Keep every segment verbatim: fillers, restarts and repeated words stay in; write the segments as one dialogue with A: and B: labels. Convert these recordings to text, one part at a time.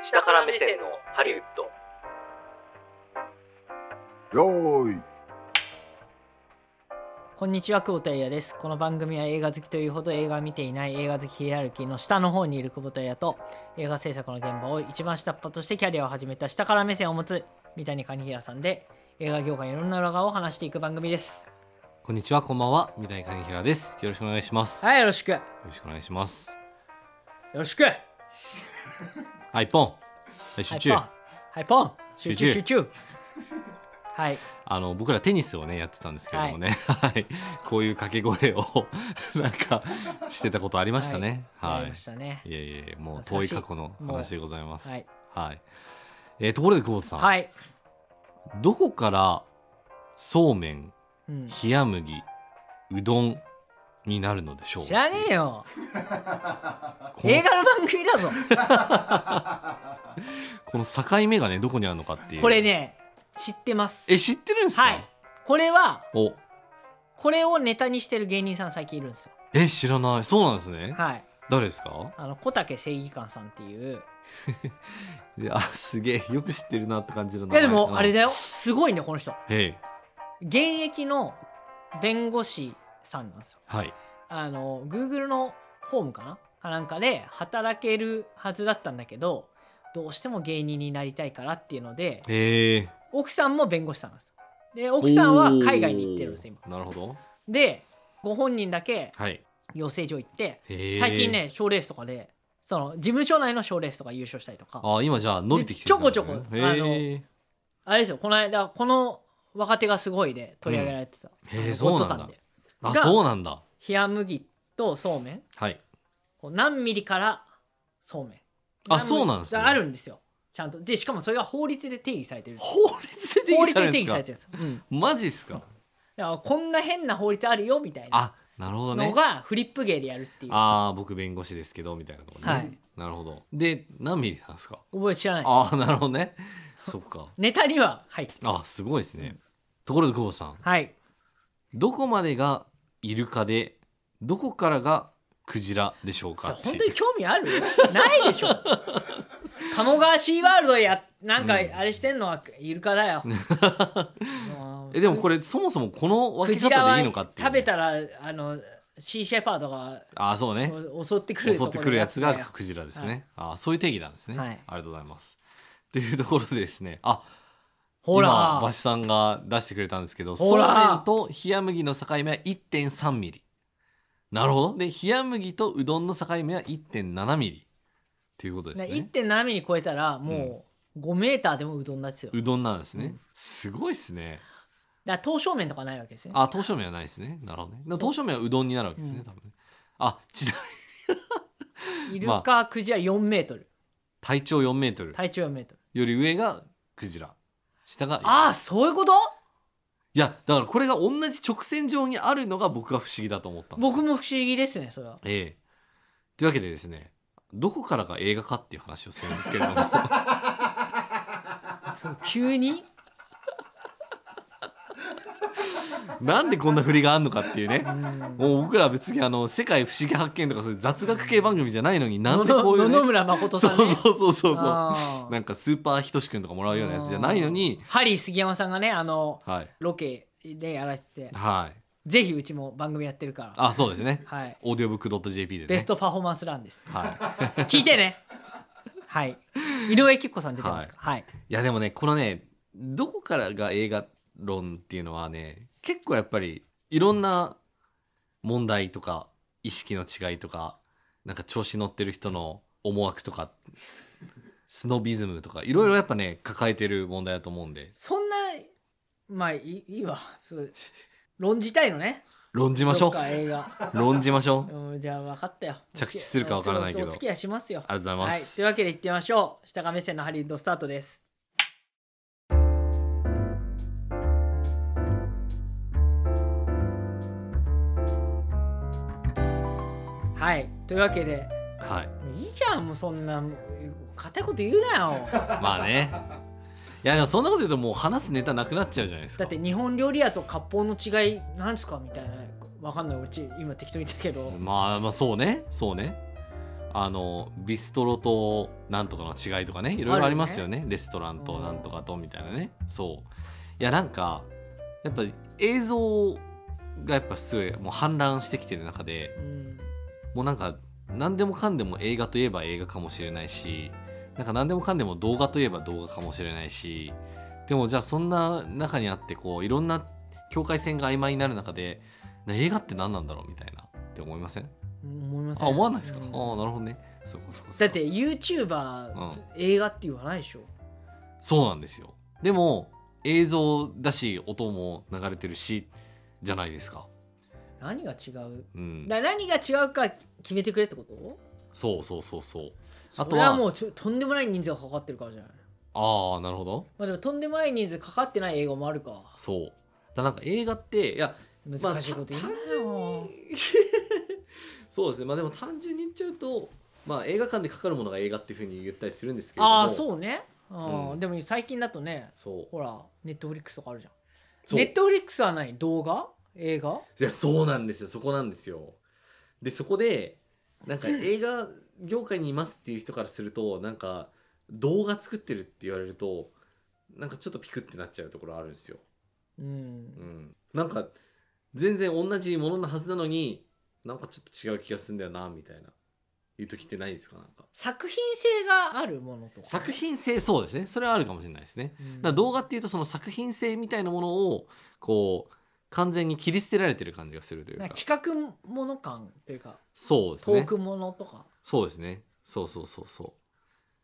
A: 下から目線のハリウッド。
B: よーい。
C: こんにちは、久保田也です。この番組は映画好きというほど映画を見ていない映画好きヒエラルキーの下の方にいる久保田也と、映画制作の現場を一番下っ端としてキャリアを始めた下から目線を持つ三谷兼平さんで、映画業界いろんな裏側を話していく番組です。
D: こんにちは、こんばんは、三谷兼平です。よろしくお願いします。
C: はい、よろしく。よ
D: ろしくお願いします。
C: よろしく。
D: はい、ポン。はい、集中。
C: はい、ポン。集中、集中。はい。
D: あの僕らテニスをねやってたんですけれどもね、はい、こういう掛け声をなんかしてたことありましたね。はい。はい、ありましたね。いやいやもう遠い過去の話でございます。はい。はい。えー、ところで久保田さん。
C: はい。
D: どこからそうめん、
C: うん、
D: 冷麦、うどんになるのでしょう。
C: 知らねえよ。映画の番組だぞ。
D: この境目がねどこにあるのかっていう。
C: これね知ってます。
D: え、知ってるんですか。
C: はい。これは
D: お
C: これをネタにしてる芸人さん最近いるんですよ。
D: え、知らない。そうなんですね。
C: はい。
D: 誰ですか。
C: あの小竹正義感さんっていう
D: いやすげえよく知ってるなって感じの名
C: 前。いやでもあれだよ、すごいねこの人。
D: へい。
C: 現役の弁護士さんなんですよ。
D: はい。
C: あの Google のホームかなかなんかで働けるはずだったんだけど、どうしても芸人になりたいからっていうので、
D: へえ。
C: 奥さんも弁護士さんなんです。で奥さんは海外に行ってるんですよ今。
D: なるほど。
C: でご本人だけ
D: はい
C: 養成所行って、
D: へー
C: 最近ね賞レースとかでその事務所内の賞レースとか優勝したりとか。
D: あ、今じゃあ伸びてきて
C: るんですね。ちょこちょこ
D: へー
C: あのあれですよ、この間この若手がすごいで取り上げられてた、
D: うん、へえ、そうなんだ。
C: で
D: あ、そうなんだ。
C: 冷麦とそうめん、
D: はい、
C: こう何ミリからそうめん、
D: あ、そうなんですね。
C: あるんですよちゃんと。でしかもそれが法律で定義されてる。
D: 法律で定義されてるんですか。
C: 法律で定義されてるんです、
D: うん、マジっすか。だ
C: からこんな変な法律あるよみたいな。
D: あ、なるほどね。
C: のがフリップ芸でやるっていう。
D: ああ、僕弁護士ですけどみたいなところね。
C: はい、
D: なるほど。で何ミリなんですか。
C: 覚え知らないです。
D: ああ、なるほどね。そっか。
C: ネタには入ってる。
D: あ、すごいですね。ところで久保さん、
C: はい、
D: どこまでがイルカでどこからがクジラでしょうか。
C: 本当に興味ある？ないでしょ。鴨川シーワールドやなんかあれしてんのはイルカだよ。
D: え、でもこれそもそもこの分け方でいいのかっていう、ね、
C: 食べたらあのシーシェパードが
D: あ、そうね、
C: 襲ってくる
D: 襲ってくるやつがクジラですね。はい、あ、そういう定義なんですね。はい、ありがとうございます。っていうところでですね、あ、
C: ほら
D: 今バシさんが出してくれたんですけど、そうめんと冷麦の境目は いってんさんミリ。なるほど。で冷麦とうどんの境目は いってんななミリっていうことですね。
C: いってんななミリ超えたらもうごメーターでもうどんなんですよ。
D: うどんなんですね、うん、すごいですね。
C: だから刀削麺とかないわけですね。
D: あ、刀削麺はないですね。なるほどね。刀削麺はうどんになるわけですね、うん、多分ね。あ、ちな
C: みにイルカクジラよんメートル、
D: 体長よんメートル、
C: 体長よんメートル
D: より上がクジラ、下が。
C: ああ、そういうこと。
D: いやだからこれが同じ直線上にあるのが僕は不思議だと思ったんですよ。
C: 僕も不思議ですねそれは。
D: ええ。というわけでですね、どこからが映画かっていう話をするんですけれども
C: 急に
D: なんでこんな振りがあんのかっていうね。もう僕らは別にあの世界不思議発見とかそういう雑学系番組じゃないのに、なんでこういう、ね、
C: 野々村誠さんね。
D: そうそうそうそうそうなんかスーパーひとしくんとかもらうようなやつじゃないのに、
C: ハリー杉山さんがねあの、
D: はい、
C: ロケでやらせてて、
D: はい、
C: ぜひうちも番組やってるから。
D: あ、そうですね、
C: はい、
D: オーディオブックドットジェーピー でね、
C: ベストパフォーマンスランです、
D: はい、
C: 聞いてね。はい、井上貴子さん出てますか。はい、はい、
D: いやでもねこのねどこからが映画論っていうのはね結構やっぱりいろんな問題とか意識の違いとかなんか調子乗ってる人の思惑とかスノビズムとかいろいろやっぱね抱えてる問題だと思うんで、
C: そんなまあい い, いいわそう論じたいのね。
D: 論じましょう。
C: どっか映画
D: 論じましょう。
C: うん、じゃあ分かったよ。
D: 着地するか分からないけど
C: お付き合いしますよ。
D: ありがとうございます、
C: はい、というわけでいってみましょう。下が目線のハリウッドスタートです。はい、というわけで、
D: はい、
C: いいじゃんもうそんな硬いこと言うなよ。
D: まあね、いやでもそんなこと言うともう話すネタなくなっちゃうじゃないですか。
C: だって日本料理屋と割烹の違いなんですかみたいな、わかんない、うち今適当に言ったけど、
D: まあまあそうねそうね。 あのビストロとなんとかの違いとかねいろいろありますよね。レストランとなんとかとみたいなね。そういやなんかやっぱり映像がやっぱすごいもう氾濫してきてる中で、
C: うん、
D: もうなんか何でもかんでも映画といえば映画かもしれないし、なんか何でもかんでも動画といえば動画かもしれないし、でもじゃあそんな中にあってこういろんな境界線が曖昧になる中で映画って何なんだろうみたいなって思いません？
C: 思いません。
D: あ思わないですか？
C: うん、
D: あなるほどね。そうそうそう
C: だって YouTuber、うん、映画って言わないでしょ。
D: そうなんですよ。でも映像だし音も流れてるしじゃないですか。
C: 何が違う、
D: うん、
C: だ何が違うか決めてくれってこと？
D: そうそうそうそう。
C: あとはそれはもうちょとんでもない人数がかかってるからじゃない。
D: ああなるほど。
C: まあでもとんでもない人数かかってない映画もあるか。
D: そうだなんか映画っていや
C: 難しいこと言うな、まあ、単純に
D: そうですね。まあでも単純に言っちゃうと、まあ映画館でかかるものが映画っていうふうに言ったりするんですけれども。
C: ああそうね。あ、うん、でも最近だとね、
D: そう
C: ほらネットフリックスとかあるじゃん。ネットフリックスは何？動画？映画？
D: いやそうなんですよ。そこなんですよ。でそこでなんか映画業界にいますっていう人からするとなんか動画作ってるって言われるとなんかちょっとピクってなっちゃうところあるんですよ。
C: うん、うん、
D: なんか全然同じもののはずなのになんかちょっと違う気がするんだよなみたいないう時ってないですか？なんか
C: 作品性があるものとか、ね、
D: 作品性そうですね。それはあるかもしれないですね。うん、だから動画っていうとその作品性みたいなものをこう完全に切り捨てられてる感じがするというか、
C: 企画もの感というか、
D: そうですね。
C: トークものとか、
D: そうですね。そうそうそうそう。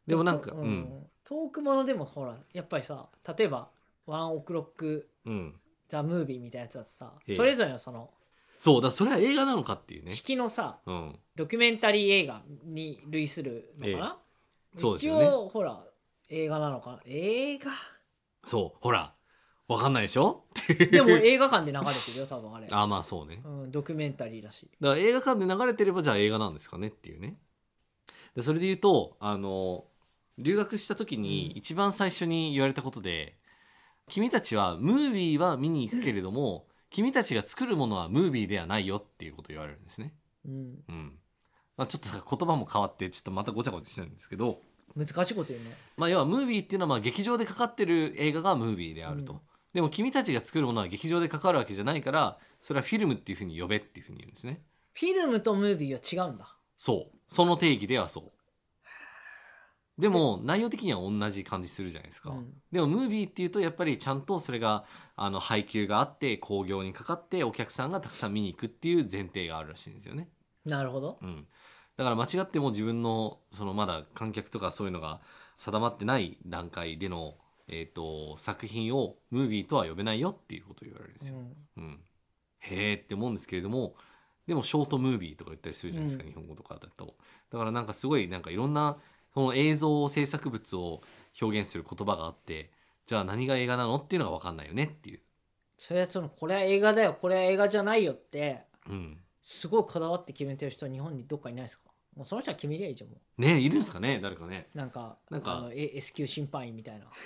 D: でもなんか、
C: うんうん、トークものでもほらやっぱりさ、例えばワンオクロック、うん、ザ・ムービーみたいなやつだとさ、ええ、それぞれのその
D: そうだそれは映画なのかっていうね、
C: 引きのさ、
D: うん、
C: ドキュメンタリー映画に類するのかな、ええ、そうですよね。一応ほら映画なのかな。映画
D: そうほらわかんないでしょ
C: でも映画館で流れてるよ多分あれ。
D: あまあそうね、
C: うん、ドキュメンタリーだし、
D: だから映画館で流れてればじゃあ映画なんですかねっていうね。でそれで言うとあの留学した時に一番最初に言われたことで、うん、君たちはムービーは見に行くけれども、うん、君たちが作るものはムービーではないよっていうことを言われるんですね。うんうんまあ、ちょっと言葉も変わってちょっとまたごちゃごちゃしてるんですけど、
C: 難しいこと言うね。
D: まあ、要はムービーっていうのはまあ劇場でかかってる映画がムービーであると、うん、でも君たちが作るものは劇場でかかるわけじゃないからそれはフィルムっていうふうに呼べっていうふうに言うんですね。
C: フィルムとムービーは違うんだ。
D: そうその定義ではそう。でも内容的には同じ感じするじゃないですか、うん、でもムービーっていうとやっぱりちゃんとそれがあの配給があって興行にかかってお客さんがたくさん見に行くっていう前提があるらしいんですよね。
C: なるほど、
D: うん、だから間違っても自分のそのまだ観客とかそういうのが定まってない段階での、えーと、作品をムービーとは呼べないよっていうことを言われるんですよ、うんうん、へーって思うんですけれども、でもショートムービーとか言ったりするじゃないですか、うん、日本語とかだと。だからなんかすごいなんかいろんなその映像制作物を表現する言葉があって、じゃあ何が映画なのっていうのが分かんないよねっていう。
C: それはそのこれは映画だよこれは映画じゃないよって、
D: うん、
C: すごいこだわって決めてる人日本にどっかいないですか？もうその人は決めりゃいいじゃんもう。
D: ねえいるんですかね誰かね。
C: なんか
D: なんか
C: あの S 級審判員みたいな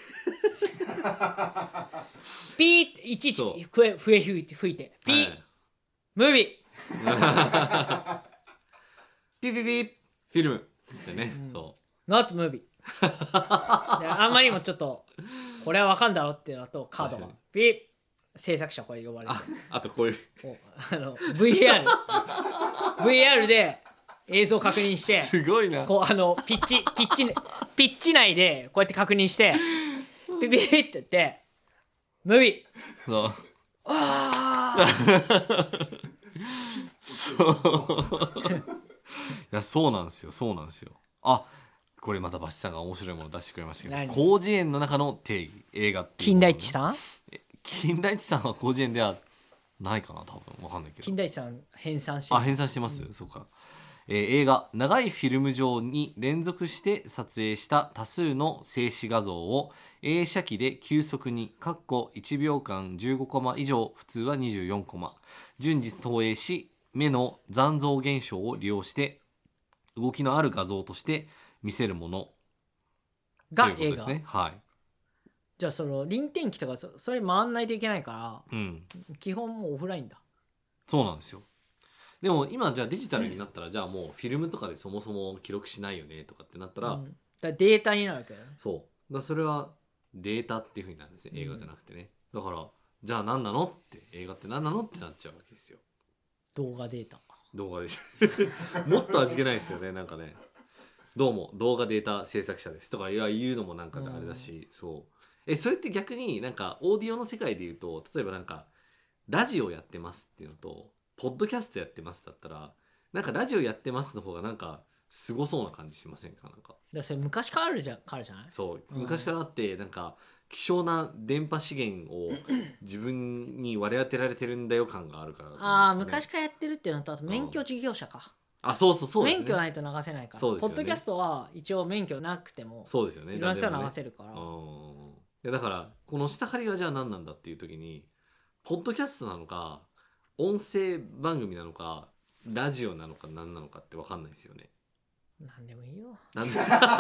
C: ピーっていちいち笛笛吹いて吹いてピー、はい、ムービー
D: ピーピーピーフィルムつってね、うん、そう
C: Not movie あんまりにもちょっとこれは分かんだろっていうのとカードがピッ制作者これ呼ばれて あ,
D: あとこういう
C: あの ブイエーアール ブイエーアール で映像確認して
D: すごいな
C: こうあのピッチピッチピッチ内でこうやって確認してピピッって言ってムービー
D: そう
C: あ
D: そういやそうなんですよそうなんですよ。あこれまたバシさんが面白いもの出してくれましたけど、広辞苑の中の定義映画っていう、
C: 金田一さん
D: 金田一さんは広辞苑ではないかな多分わかんないけど
C: 金田一さん編纂して
D: あ編纂してます、うん、そうか、えー、映画長いフィルム上に連続して撮影した多数の静止画像を映写機で急速にいちびょうかんじゅうごコマ以上普通はにじゅうよんコマ順次投影し目の残像現象を利用して動きのある画像として見せるもの
C: が
D: 映画ですね。はい。
C: じゃあその臨転機とかそれ回んないといけないから、
D: うん、
C: 基本もうオフラインだ。
D: そうなんですよ。 でも今じゃあデジタルになったら、じゃあもうフィルムとかでそもそも記録しないよねとかってなったら、
C: うん、だからデータになるわけだよね。
D: そうだからそれはデータっていう風になるんですね、映画じゃなくてね、だからじゃあ何なのって映画って何なのってなっちゃうわけですよ。
C: 動画データ。
D: 動画ですもっと味気ないですよねなんかね、どうも動画データ制作者ですとか言うのもなんかあれだし、そうえそれって逆になんかオーディオの世界で言うと、例えばなんかラジオやってますっていうのとポッドキャストやってますだったら、なんかラジオやってますの方がなんかすごそうな感じしませんか？なんか
C: だからそれ昔からあるじゃからじゃない？
D: そう
C: うん
D: 昔からあって、なんか希少な電波資源を自分に割り当てられてるんだよ感があるから、
C: ああ、
D: なんですよね。
C: 昔からやってるっていうのと、あと免許事業者か。
D: あそうそうそうですね。
C: 免許ないと流せないから。
D: そうですよね
C: ポッドキャストは一応免許なくても
D: そうですよね。
C: いろんな人が
D: 誰でもね
C: 流せるから。
D: うんいやだからこの下張りはじゃあ何なんだっていう時に、ポッドキャストなのか音声番組なのかラジオなのか何なのかって分かんないですよね。
C: なんでもいいよ。
D: なんで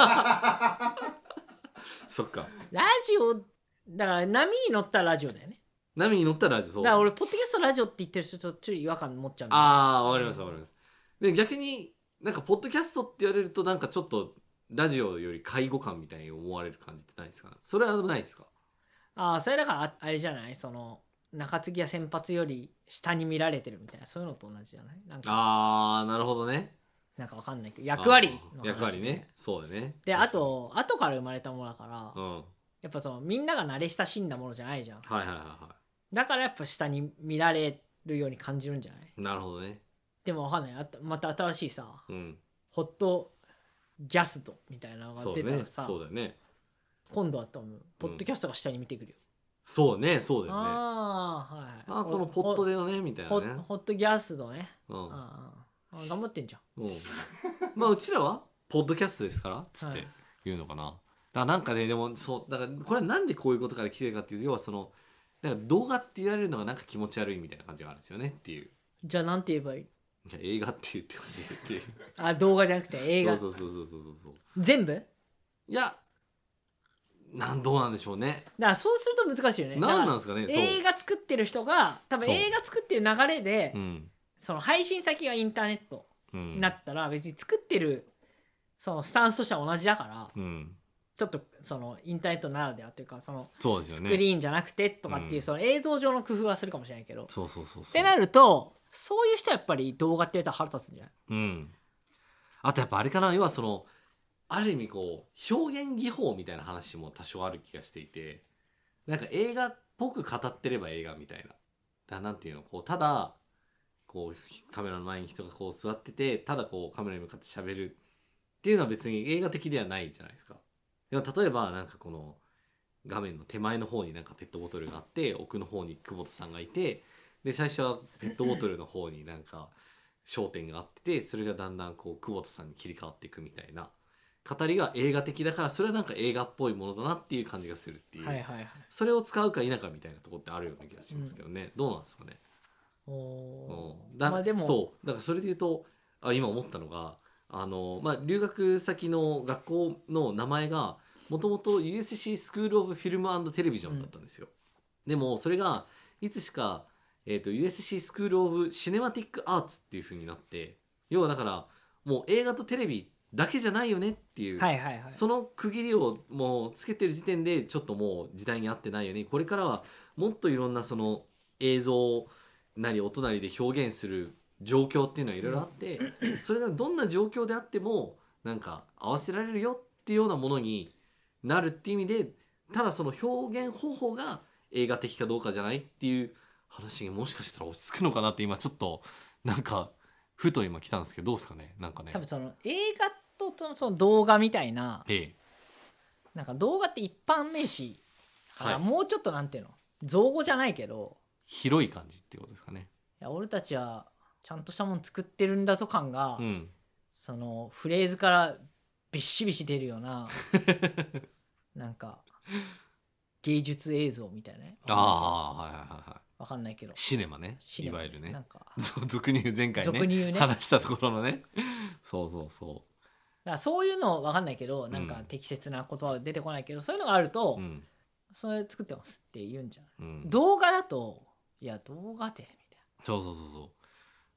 D: そっか、
C: ラジオだから波に乗ったらラジオだよね。
D: 波に乗ったらラジオそう
C: だから俺ポッドキャストラジオって言ってる人ちょっとちょっと違和感持っちゃうんだよ。
D: ああわかりますわかります。で逆になんかポッドキャストって言われるとなんかちょっとラジオより介護感みたいに思われる感じってないですか？それはないですか？
C: ああ、それだからああれじゃない、その中継ぎや先発より下に見られてるみたいな、そういうのと同じじゃない？なんか
D: ああなるほどね。
C: なんかわかんないけど役割の話
D: 役割ね。そうだね。
C: で、あと後から生まれたものだから、
D: うん
C: やっぱそのみんなが慣れ親しんだものじゃないじゃん。
D: はいはいはいは
C: だからやっぱ下に見られるように感じるんじゃない？
D: い。なるほどね。
C: でもわかんない、あとまた新しいさ、
D: うん。
C: ホットギャストみたいなのが
D: そうだね。
C: 出たらさ、
D: そうだよね。
C: 今度は多分ポッドキャストが下に見てくるよ。
D: そうね。そうだよね。あ
C: ああ、はい。
D: あこのポットでのねみたい
C: ホ
D: なね。
C: ホットギャストね。
D: うん。
C: ああ頑張ってんじゃん。
D: うん。まあうちらはポッドキャストですからつって
C: はい
D: 言うのかな。だからなんかねでもそうだからこれはなんでこういうことから来てるかっていうと、要はそのなんか動画って言われるのがなんか気持ち悪いみたいな感じがあるんですよねっていう。
C: じゃあなんて言えばいい？
D: じゃあ映画って言ってほしいっていう。
C: あ、動画じゃなくて映画。
D: そうそうそうそうそうそう。
C: 全部？
D: いやなんどうなんでしょうね。
C: だからそうすると難しいよね。
D: なんなんですかね。そう
C: 映画作ってる人が多分
D: そう
C: 映画作ってる流れで、
D: うん
C: その配信先がインターネット
D: うん
C: になったら別に作ってるそのスタンスとしては同じだから、
D: うん
C: ちょっとそのインターネットならではというか、その
D: そうですよね。
C: スクリーンじゃなくてとかっていう
D: うん
C: その映像上の工夫はするかもしれないけど、っ
D: そうそうそうそう。
C: てなるとそういう人はやっぱり動画って言われたら腹立つんじゃない？
D: うん。あとやっぱあれかな、要はそのある意味こう表現技法みたいな話も多少ある気がしていて、なんか映画っぽく語ってれば映画みたいな。だなんていうのこうただこうカメラの前に人がこう座ってて、ただこうカメラに向かって喋るっていうのは別に映画的ではないじゃないですか。でも例えばなんかこの画面の手前の方になんかペットボトルがあって、奥の方に久保田さんがいて、で最初はペットボトルの方になんか焦点があってて、それがだんだんこう久保田さんに切り替わっていくみたいな語りが映画的だから、それはなんか映画っぽいものだなっていう感じがするっていう、
C: はいはいはい。
D: それを使うか否かみたいなところってあるような気がしますけどね、どうなんですかね。
C: お
D: うんだ
C: まあでも
D: そうだからそれで言うと、あ今思ったのがあの、まあ、留学先の学校の名前がもともと ユーエスシー スクール・オブ・フィルム&テレビジョンだったんですよ、うん、でもそれがいつしか、えーと、ユーエスシー スクール・オブ・シネマティック・アーツっていう風になって、要はだからもう映画とテレビだけじゃないよねっていう、
C: はいはいはい。
D: その区切りをもうつけてる時点でちょっともう時代に合ってないよね、これからはもっといろんなその映像なり音なりで表現する状況っていうのはいろいろあって、それがどんな状況であってもなんか合わせられるよっていうようなものになるっていう意味で、ただその表現方法が映画的かどうかじゃないっていう話がもしかしたら落ち着くのかなって今ちょっとなんかふと今来たんですけど、どうですかね。なんかね
C: 多分その映画とそのその動画みたいな、
D: ええ
C: なんか動画って一般名詞だから
D: はい
C: もうちょっとなんていうの、造語じゃないけど、
D: 広い感じってことですかね。
C: いや俺たちはちゃんとしたもの作ってるんだぞ感が、
D: うん
C: そのフレーズからビシビシ出るようななんか芸術映像みたいなね。
D: ああはいはいはいはい。
C: わかんないけど
D: シネマね、
C: シネマ
D: いわゆるね
C: なんか
D: そう俗に言う前回ね
C: 俗に言うね
D: 話したところのねそうそうそ
C: だからそういうのわかんないけど、なんか適切な言葉は出てこないけど、そういうのがあると、
D: ううん
C: それ作ってますって言うんじゃん、
D: うん
C: 動画だといや動画でみたい
D: そうそうそうそう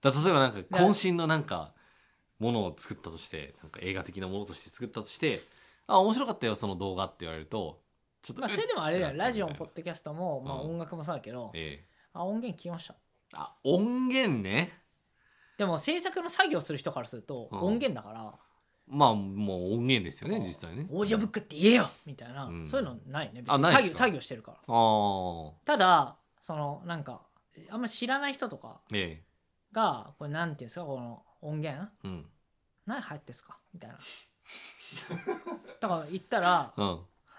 D: だ例えばなんか渾身のなんかものを作ったとしてなんか映画的なものとして作ったとしてあ面白かったよその動画って言われるとちょっと
C: まあそれでもあれだよ、ラジオも
D: も
C: ポッドキャストも、まあ、
D: うん
C: 音楽もそうだけど、
D: ええ
C: あ音源聞きました。
D: あ音源ね
C: でも制作の作業する人からすると
D: うん
C: 音源だから、
D: まあもう音源ですよね実際ね
C: オーディオブックって言えよみたいな、
D: うん
C: そういうのないね。別
D: あ
C: に作業
D: ないっすか
C: 作業してるから。
D: ああ
C: ただそのなんかあんま知らない人とか
D: ええ
C: がこれなんていうんですかこの音源
D: うん
C: 何入ってんすかみたいなだから言ったら
D: うん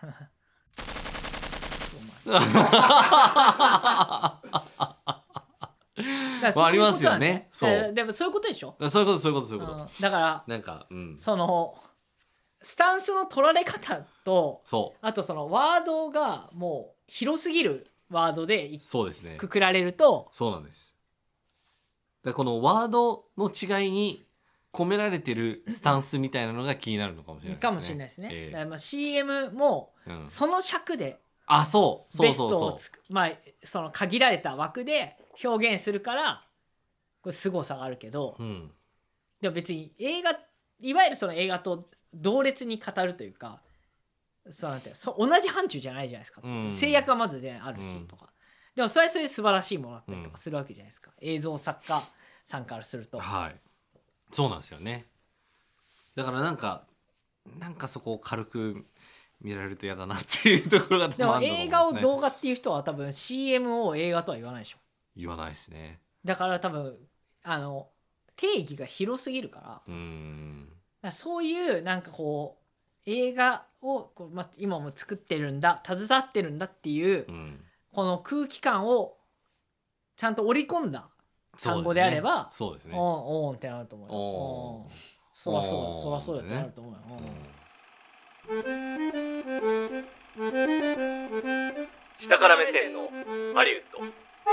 C: ま
D: ありますよねそう
C: でもそういうことでしょ、
D: そういうことそういうことそういうこと、
C: うん、だから
D: なんかうん
C: そのスタンスの取られ方と
D: そ
C: あとそのワードがもう広すぎるワードで
D: うそうですね
C: くくられると
D: そうなんですだからこのワードの違いに込められてるスタンスみたいなのが気になるのかもしれないですね
C: かもしれないですね、
D: ええ
C: だからまあ シーエム も
D: うん、
C: その尺で
D: あそうそう
C: ベスト
D: そうそう
C: をつくまあその限られた枠で表現するからこれ凄さがあるけど、
D: うん
C: でも別に映画いわゆるその映画と同列に語るというかそうなんていうのそう同じ範疇じゃないじゃないですか、
D: うん
C: 制約はまずであるし、
D: うん
C: とかでもそれはそれで素晴らしいものだったりとかするわけじゃないですか、映像作家さんからすると。
D: はいそうなんですよねだからなんかなんかそこを軽く見られると嫌だなっていうところが
C: でも
D: あるのかもしれない
C: 映画を動画っていう人は多分 シーエム を映画とは言わないでしょ。
D: 言わないですね
C: だから多分あの定義が広すぎるから、だか
D: うーん
C: らそういうなんかこう映画をこう、ま、今も作ってるんだ携わってるんだっていう
D: うん
C: この空気感をちゃんと織り込んだ単語であれば
D: そうですね
C: おんおんってなると思うよ。
D: おー
C: うんそらそうだ
D: おー
C: そらそうだってなると思うよ。
A: 下から目線のハリウッド。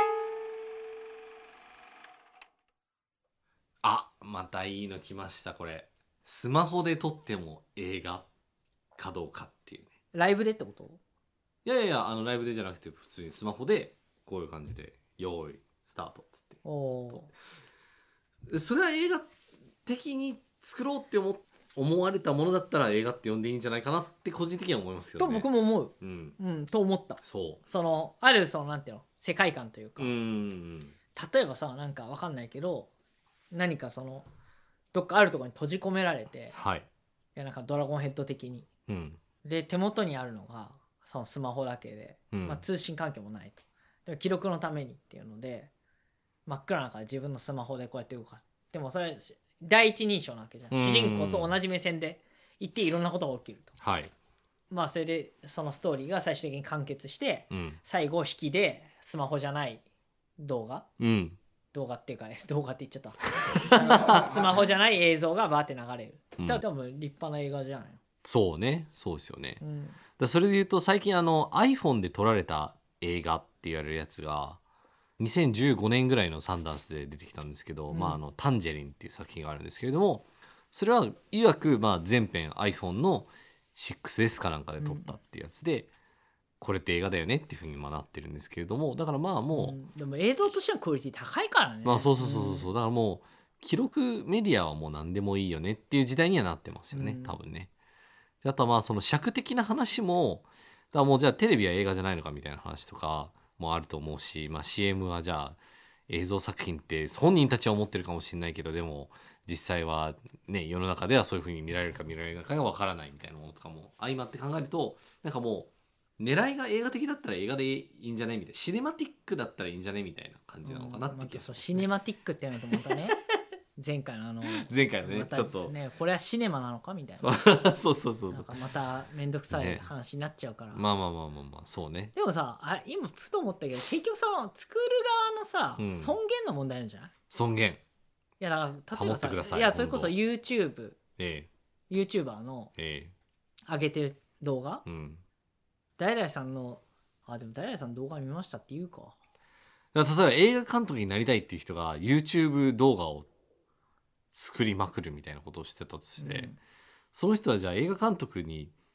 D: あまたいいの来ましたこれスマホで撮っても映画かどうかっていうね
C: ライブでってこと？
D: いやいやいやあのライブでじゃなくて普通にスマホでこういう感じで用意スタートっつって
C: おお
D: それは映画的に作ろうって思思われたものだったら映画って呼んでいいんじゃないかなって個人的には思いますけ
C: と
D: どね
C: 僕も思う、
D: うん
C: うん、と思った。
D: そ
C: そのあるそのなんていうの世界観というか、
D: ううん
C: 例えばさなんかわかんないけど何かそのどっかあるところに閉じ込められて
D: はい
C: いやなんかドラゴンヘッド的に
D: うん
C: で手元にあるのがそのスマホだけで、
D: うん
C: まあ、通信環境もないとでも記録のためにっていうので真っ暗な中で自分のスマホでこうやって動かす。でもそれ第一人称なわけじゃん、
D: うん
C: 主人公と同じ目線で行っていろんなことが起きると。
D: はい
C: まあそれでそのストーリーが最終的に完結して
D: うん
C: 最後引きでスマホじゃない動画
D: うん
C: 動画っていうか動画って言っちゃったスマホじゃない映像がバーって流れる。
D: うん
C: だから多分立派な映画じゃないの、
D: そうねそうですよね
C: うん
D: だそれで言うと最近あの iPhone で撮られた映画って言われるやつがにせんじゅうごねんぐらいのサンダンスで出てきたんですけど、
C: うん
D: まあ、あのタンジェリンっていう作品があるんですけれどもそれはいわくまあ全編 iPhone の シックスエス かなんかで撮ったっていうやつで、これって映画だよねっていうふうにまあなってるんですけれどもだからまあもう、
C: うんでも映像としてのクオリティ高いからね。
D: まあそうそうそうそうそうだからもう記録メディアはもう何でもいいよねっていう時代にはなってますよね、
C: うん
D: 多分ね。であとはまあその尺的な話もだからもうじゃあテレビは映画じゃないのかみたいな話とかもあると思うし、まあ、シーエム はじゃあ映像作品って本人たちは思ってるかもしれないけどでも実際はね世の中ではそういう風に見られるか見られないかがわからないみたいなものとかも相まって考えるとなんかもう狙いが映画的だったら映画でいいんじゃないみたいなシネマティックだったらいいんじゃないみたいな感じなのかなって気がします
C: うんまたそうシネマティックってやめてもらったね前回のあの
D: 前回のね
C: また
D: ちょっと
C: ねこれはシネマなのかみたいな
D: そうそうそうそう
C: なんかまためんどくさい
D: ね
C: 話になっちゃうから、
D: まあまあまあまあまあそうね
C: でもさあれ今ふと思ったけど結局その作る側のさ、
D: うん
C: 尊厳の問題なんじゃない？
D: 尊厳
C: いやだから例え
D: 保
C: ば
D: ってください
C: さいやそれこそ
D: 今
C: YouTube
D: え
C: YouTuber の
D: ええ
C: 上げてる動画
D: えうん
C: ダイライさんのあでもダイライさんの動画見ましたって言うか
D: だから例えば映画監督になりたいっていう人が YouTube 動画を作りまくるみたいなことをしてたとして、
C: うん
D: その人はじゃあ映画監督に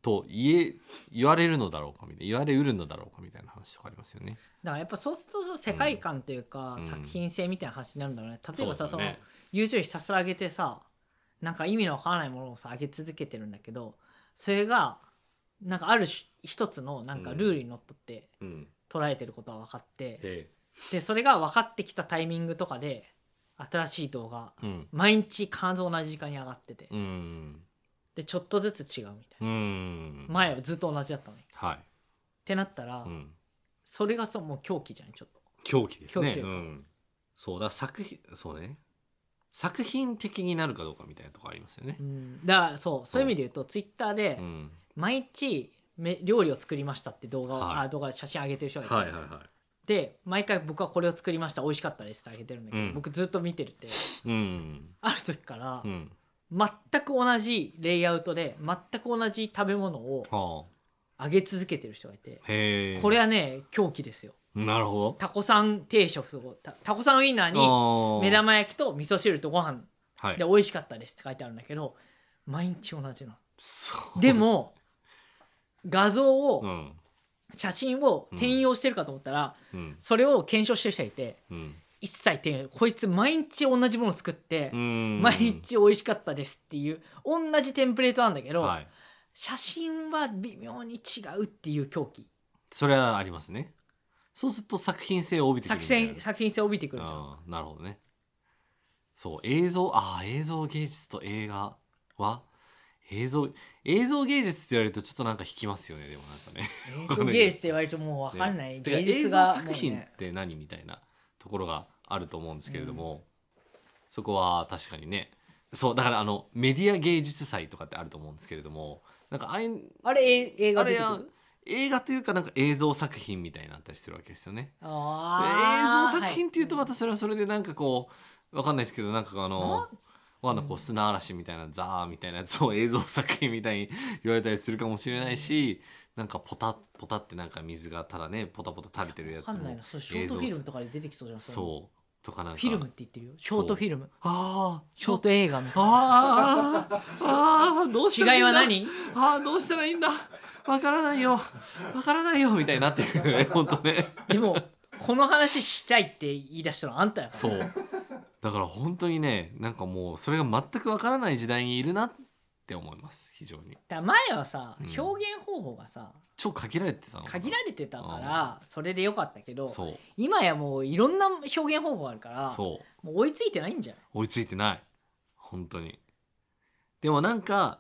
D: と言え言われるのだろうかみたいな言われうるのだろうかみたいな話とかありますよね。
C: だからやっぱそうすると世界観というか、
D: うん、
C: 作品性みたいな話になるんだろうね。例えばさ、そ,、
D: ね、
C: の YouTube ひたすら上げてさ、なんか意味のわからないものをさ上げ続けてるんだけど、それがなんかある一つのなんかルールにのっとって捉えてることは分かって、うん、でそれが分かってきたタイミングとかで新しい動画、うん、毎日必ず同じ時間に上がってて、うん、でちょっとずつ違うみたいな、うん、前はずっと同じだったのに、はい、ってなったら、うん、それがそうもう狂気じゃん。ちょっと
D: 狂気ですね。うん、そうだ作品そうね作品的になるかどうかみたいなとこありますよね、うん、
C: だからそうそういう意味で言うと、うん、ツイッターで毎日料理を作りましたって動画を、はい、あ動画で写真上げてる人がいて、はいはいはい、で毎回僕はこれを作りました美味しかったですって上げてるんだけど、うん、僕ずっと見てるって、うん、ある時から、うん、全く同じレイアウトで全く同じ食べ物を上げ続けてる人がいて、へこれはね狂気ですよ。
D: なるほど。
C: タコさん定食をタコさんウインナーに目玉焼きと味噌汁とご飯で美味しかったですって書いてあるんだけど、毎日同じの。でも画像を、うん、写真を転用してるかと思ったら、うん、それを検証してる人がいて、うん、一切転用こいつ毎日同じものを作って毎日美味しかったですっていう同じテンプレートなんだけど、はい、写真は微妙に違うっていう狂気。
D: それはありますね。そうすると作品性を帯びてくるみたいな。
C: 作, 作品性を帯びてくるじゃん。
D: あなるほどね。そう映像あ映像芸術と映画は映像映像芸術って言われるとちょっとなんか引きますよね。でもなんかね
C: 映像芸術って言われるともう分かんない、ね、芸術
D: が、ね、映像作品って何みたいなところがあると思うんですけれども、うん、そこは確かにね。そうだからあのメディア芸術祭とかってあると思うんですけれども、なんかあれ
C: あれ映画出てくる
D: 映画というかなんか映像作品みたいになったりするわけですよね。あ映像作品っていうとまたそれはそれでなんかこうわかんないですけど、なんかあのわかんないこう砂嵐みたいなザーみたいなやつを映像作品みたいに言われたりするかもしれないし、なんかポタポタってなんか水がただねポタポタ垂れてるやつも
C: わかんないな。そうショートフィルムとかで出てきそうじゃん。
D: そうとかなんか
C: フィルムって言ってるよ。ショートフィルム。
D: ああ
C: ショート映画みたいな。
D: あーあーどうしたらいいんだ。
C: 違いは何？
D: ああどうしたらいいんだ。わからないよわからないよみたいになってくるね本当ね。
C: でもこの話したいって言い出したのあんたやから。
D: そうだから本当にねなんかもうそれが全くわからない時代にいるなって思います非常に。だ
C: から前はさ、うん、表現方法がさ
D: 超限られてたのかな。
C: 限られてたからそれでよかったけど、今やもういろんな表現方法あるからそうもう追いついてないんじゃない？
D: 追いついてない本当に。でもなんか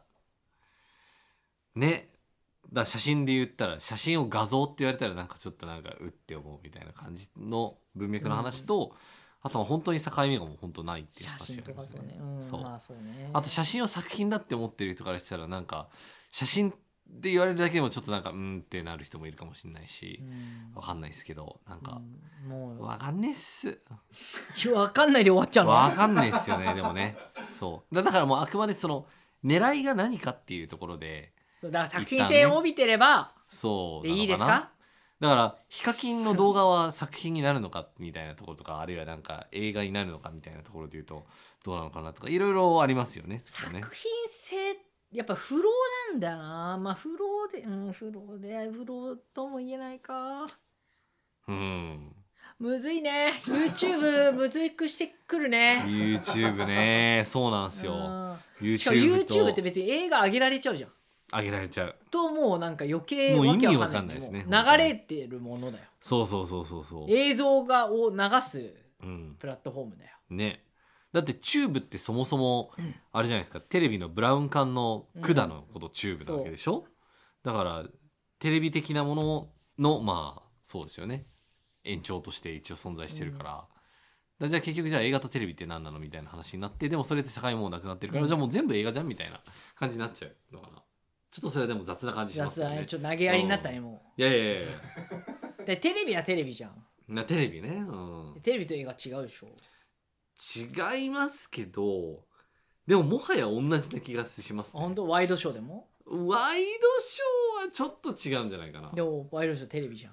D: ねだ写真で言ったら写真を画像って言われたらなんかちょっとなんかうって思うみたいな感じの文脈の話と、うん、あとは本当に境目がもう本当ないっていう話がありますね。そう、まあそうね。あと写真を作品だって思ってる人からしたらなんか写真って言われるだけでもちょっとなんかうんってなる人もいるかもしれないし、うん、わかんないですけどなんか、うん、もうわかんないっす。
C: わかんないで終わっちゃうの。
D: わかんないっすよねでもね。そうだからもうあくまでその狙いが何かっていうところで。
C: そうだから作品性を帯びてれば
D: そう
C: でいいですか。
D: だからヒカキンの動画は作品になるのかみたいなところとかあるいはなんか映画になるのかみたいなところで言うとどうなのかなとかいろいろありますよね。
C: 作品性やっぱフローなんだよな。まあフローでうんフローでフローとも言えないか。うんむずいね。 YouTube むずくしてくるね。
D: YouTube ねそうなんですよ。
C: YouTube しかも YouTube って別に映画上げられちゃうじゃん。
D: 上げられちゃう
C: ともうなんか余計
D: もう意味わかんないですね。
C: 流れてるものだよ。
D: そうそうそうそうそう
C: 映像がを流すプラットフォームだよ、
D: うん、ねだってチューブってそもそもあれじゃないですか、うん、テレビのブラウン管の管のことチューブなわけでしょ、うん、だからテレビ的なもののまあそうですよね延長として一応存在してるから、うん、だじゃあ結局じゃあ映画とテレビって何なのみたいな話になってでもそれって境目もうなくなってるから、うん、じゃあもう全部映画じゃんみたいな感じになっちゃうのかな。ちょっとそれはでも雑な感じしますよね。
C: 雑ちょっと投げやりになったね、うん、も
D: ういやいやいや
C: でテレビはテレビじゃん。
D: なテレビね、うん、
C: テレビと映画違うでしょ。
D: 違いますけどでももはや同じな気がしますね。
C: 本当ワイドショーでも
D: ワイドショーはちょっと違うんじゃないかな。
C: でもワイドショーテレビじゃん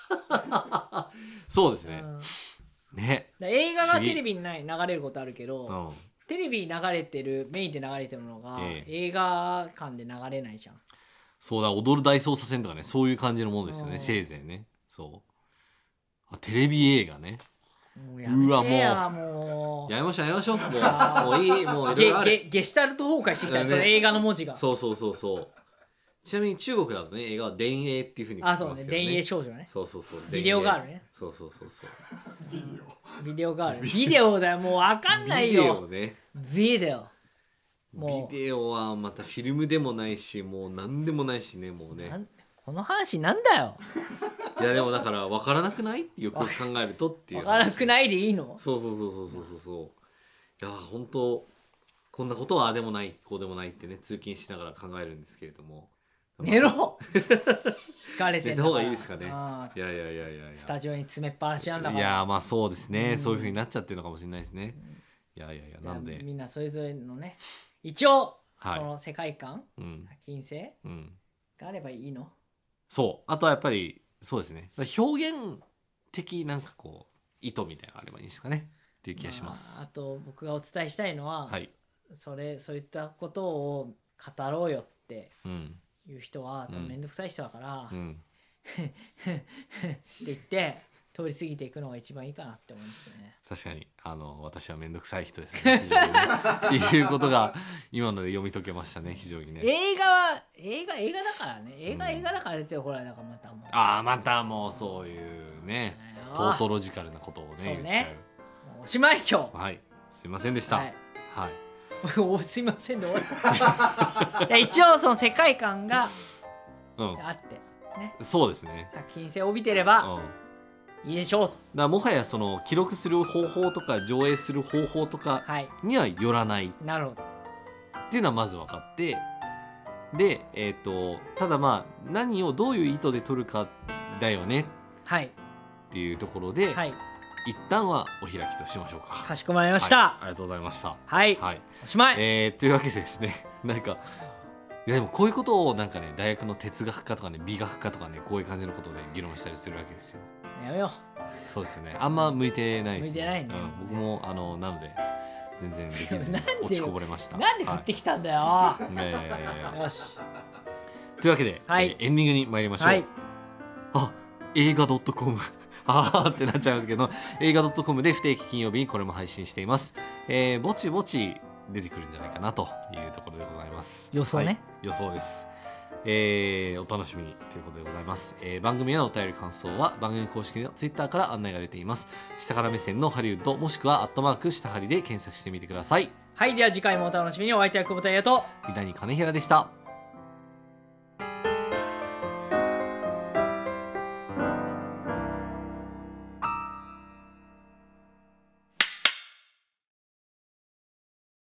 D: そうですね、うん、ね
C: 映画がテレビにない流れることあるけど、うん、 テレビ流れてるメインで流れてるのが、
D: ええ
C: 映画館で流れないじゃん。
D: そうだ、踊る大捜査線とかね、そういう感じのものですよね、
C: うん
D: せいぜいね。そうあ、テレビ映画ね。
C: もうやめてやもう
D: やめましょうやめましょう、もう
C: あー
D: もういい、もういろい
C: ゲ
D: ろある。
C: ゲゲシュタルト崩壊してきたよ、
D: ね
C: その映画の文字が。
D: そうそうそうそう。ちなみに中国だとね、映画は電影っていうふうに
C: あ、
D: 聞き
C: そうね、
D: ますけどね。
C: 電影少女ね。
D: そうそうそう。
C: ビデオガールね。
D: そうそうそうそう。
C: ビデオガール。ビデオだよ、もうわかんないよ。
D: ビデオね。
C: ビデオ。もう
D: ビデオはまたフィルムでもないし、もう何でもないしね、もうね
C: な。んこの話なんだよ。
D: いやでもだから分からなくないってよくよく考えるとっていう。
C: わからなくないでいいの？
D: そうそうそうそうそうそうそう。いや本当こんなことはああでもないこうでもないってね、通勤しながら考えるんですけれども。
C: 寝ろ疲れてんだから
D: 寝た方がいいですかね。
C: あ
D: いやいやいやいやいや。
C: スタジオに詰めっぱなしなんだから。
D: いやまあそうですね、
C: うん、
D: そういう風になっちゃってるのかもしれないですね。いやいやいや、なんで
C: みんなそれぞれのね、一応、
D: はい
C: その世界観、
D: うん
C: 金星
D: うん
C: があればいいの。
D: そう、あとはやっぱりそうですね、表現的なんかこう意図みたいなのがあればいいですかねっていう気がしま
C: あ、あ
D: す。
C: と僕がお伝えしたいのは、
D: はい。
C: それそういったことを語ろうよって
D: うん
C: いう人は多分めんどくさい人だから、っ
D: うん。
C: て言って通り過ぎていくのが一番いいかなって思いますね。
D: 確かにあの私はめんどくさい人ですね。非常にねっていうことが今ので読み解けましたね、非常にね。
C: 映画は映画映画だからね、映画
D: うん
C: 映画だからってほらだからまたもう
D: ああまたもうそういうね
C: あー
D: トートロジカルなことをね
C: そうね
D: 言っち
C: もうおしまい今日。
D: ゃう。はい、すいませんでした。
C: は
D: はい、
C: いおすいませんで終わったいや一応その世界観が
D: うん、
C: あってね、
D: そうですね。
C: 作品性を帯びてれ
D: うん。
C: ばいいでしょう。
D: だからもはやその記録する方法とか上映する方法とか
C: はい、
D: にはよらないっ
C: なるほど。
D: ていうのはまず分かって、で、えー、とただまあ何をどういう意図で撮るかだよね
C: はい
D: っていうところで、
C: はい、
D: 一旦はお開きとしましょうか。
C: かしこまりました。
D: はい、ありがとうございました。
C: はい、
D: はい、
C: おしまい。
D: えー、というわけでですねなんかいやでもこういうことをなんかね大学の哲学科とかね美学科とかねこういう感じのことで議論したりするわけですよ。
C: やめよ
D: そうですよね、あんま向いてないですね。
C: 向いてないね
D: うん、僕もあのなので全然できずに
C: なんで
D: 落ちこぼれまし
C: う。
D: た。
C: なんで振ってきたんだよ。
D: はい、いやいやいやいや
C: よし。
D: というわけで、
C: はい
D: えーエンディングに参りましょう。
C: はい。
D: あ、映画 .com あーってなっちゃいますけど、映画 .com で不定期金曜日にこれも配信しています。えーぼちぼち出てくるんじゃないかなというところでございます。
C: 予想ね、
D: はい、予想です。えーお楽しみにということでございます。えー番組へのお便り感想は番組公式のツイッターから案内が出ています。下から目線のハリウッドもしくはアットマーク下ハリで検索してみてください。
C: はい、では次回もお楽しみに。お相手は久保田優と
D: 三谷金平でした。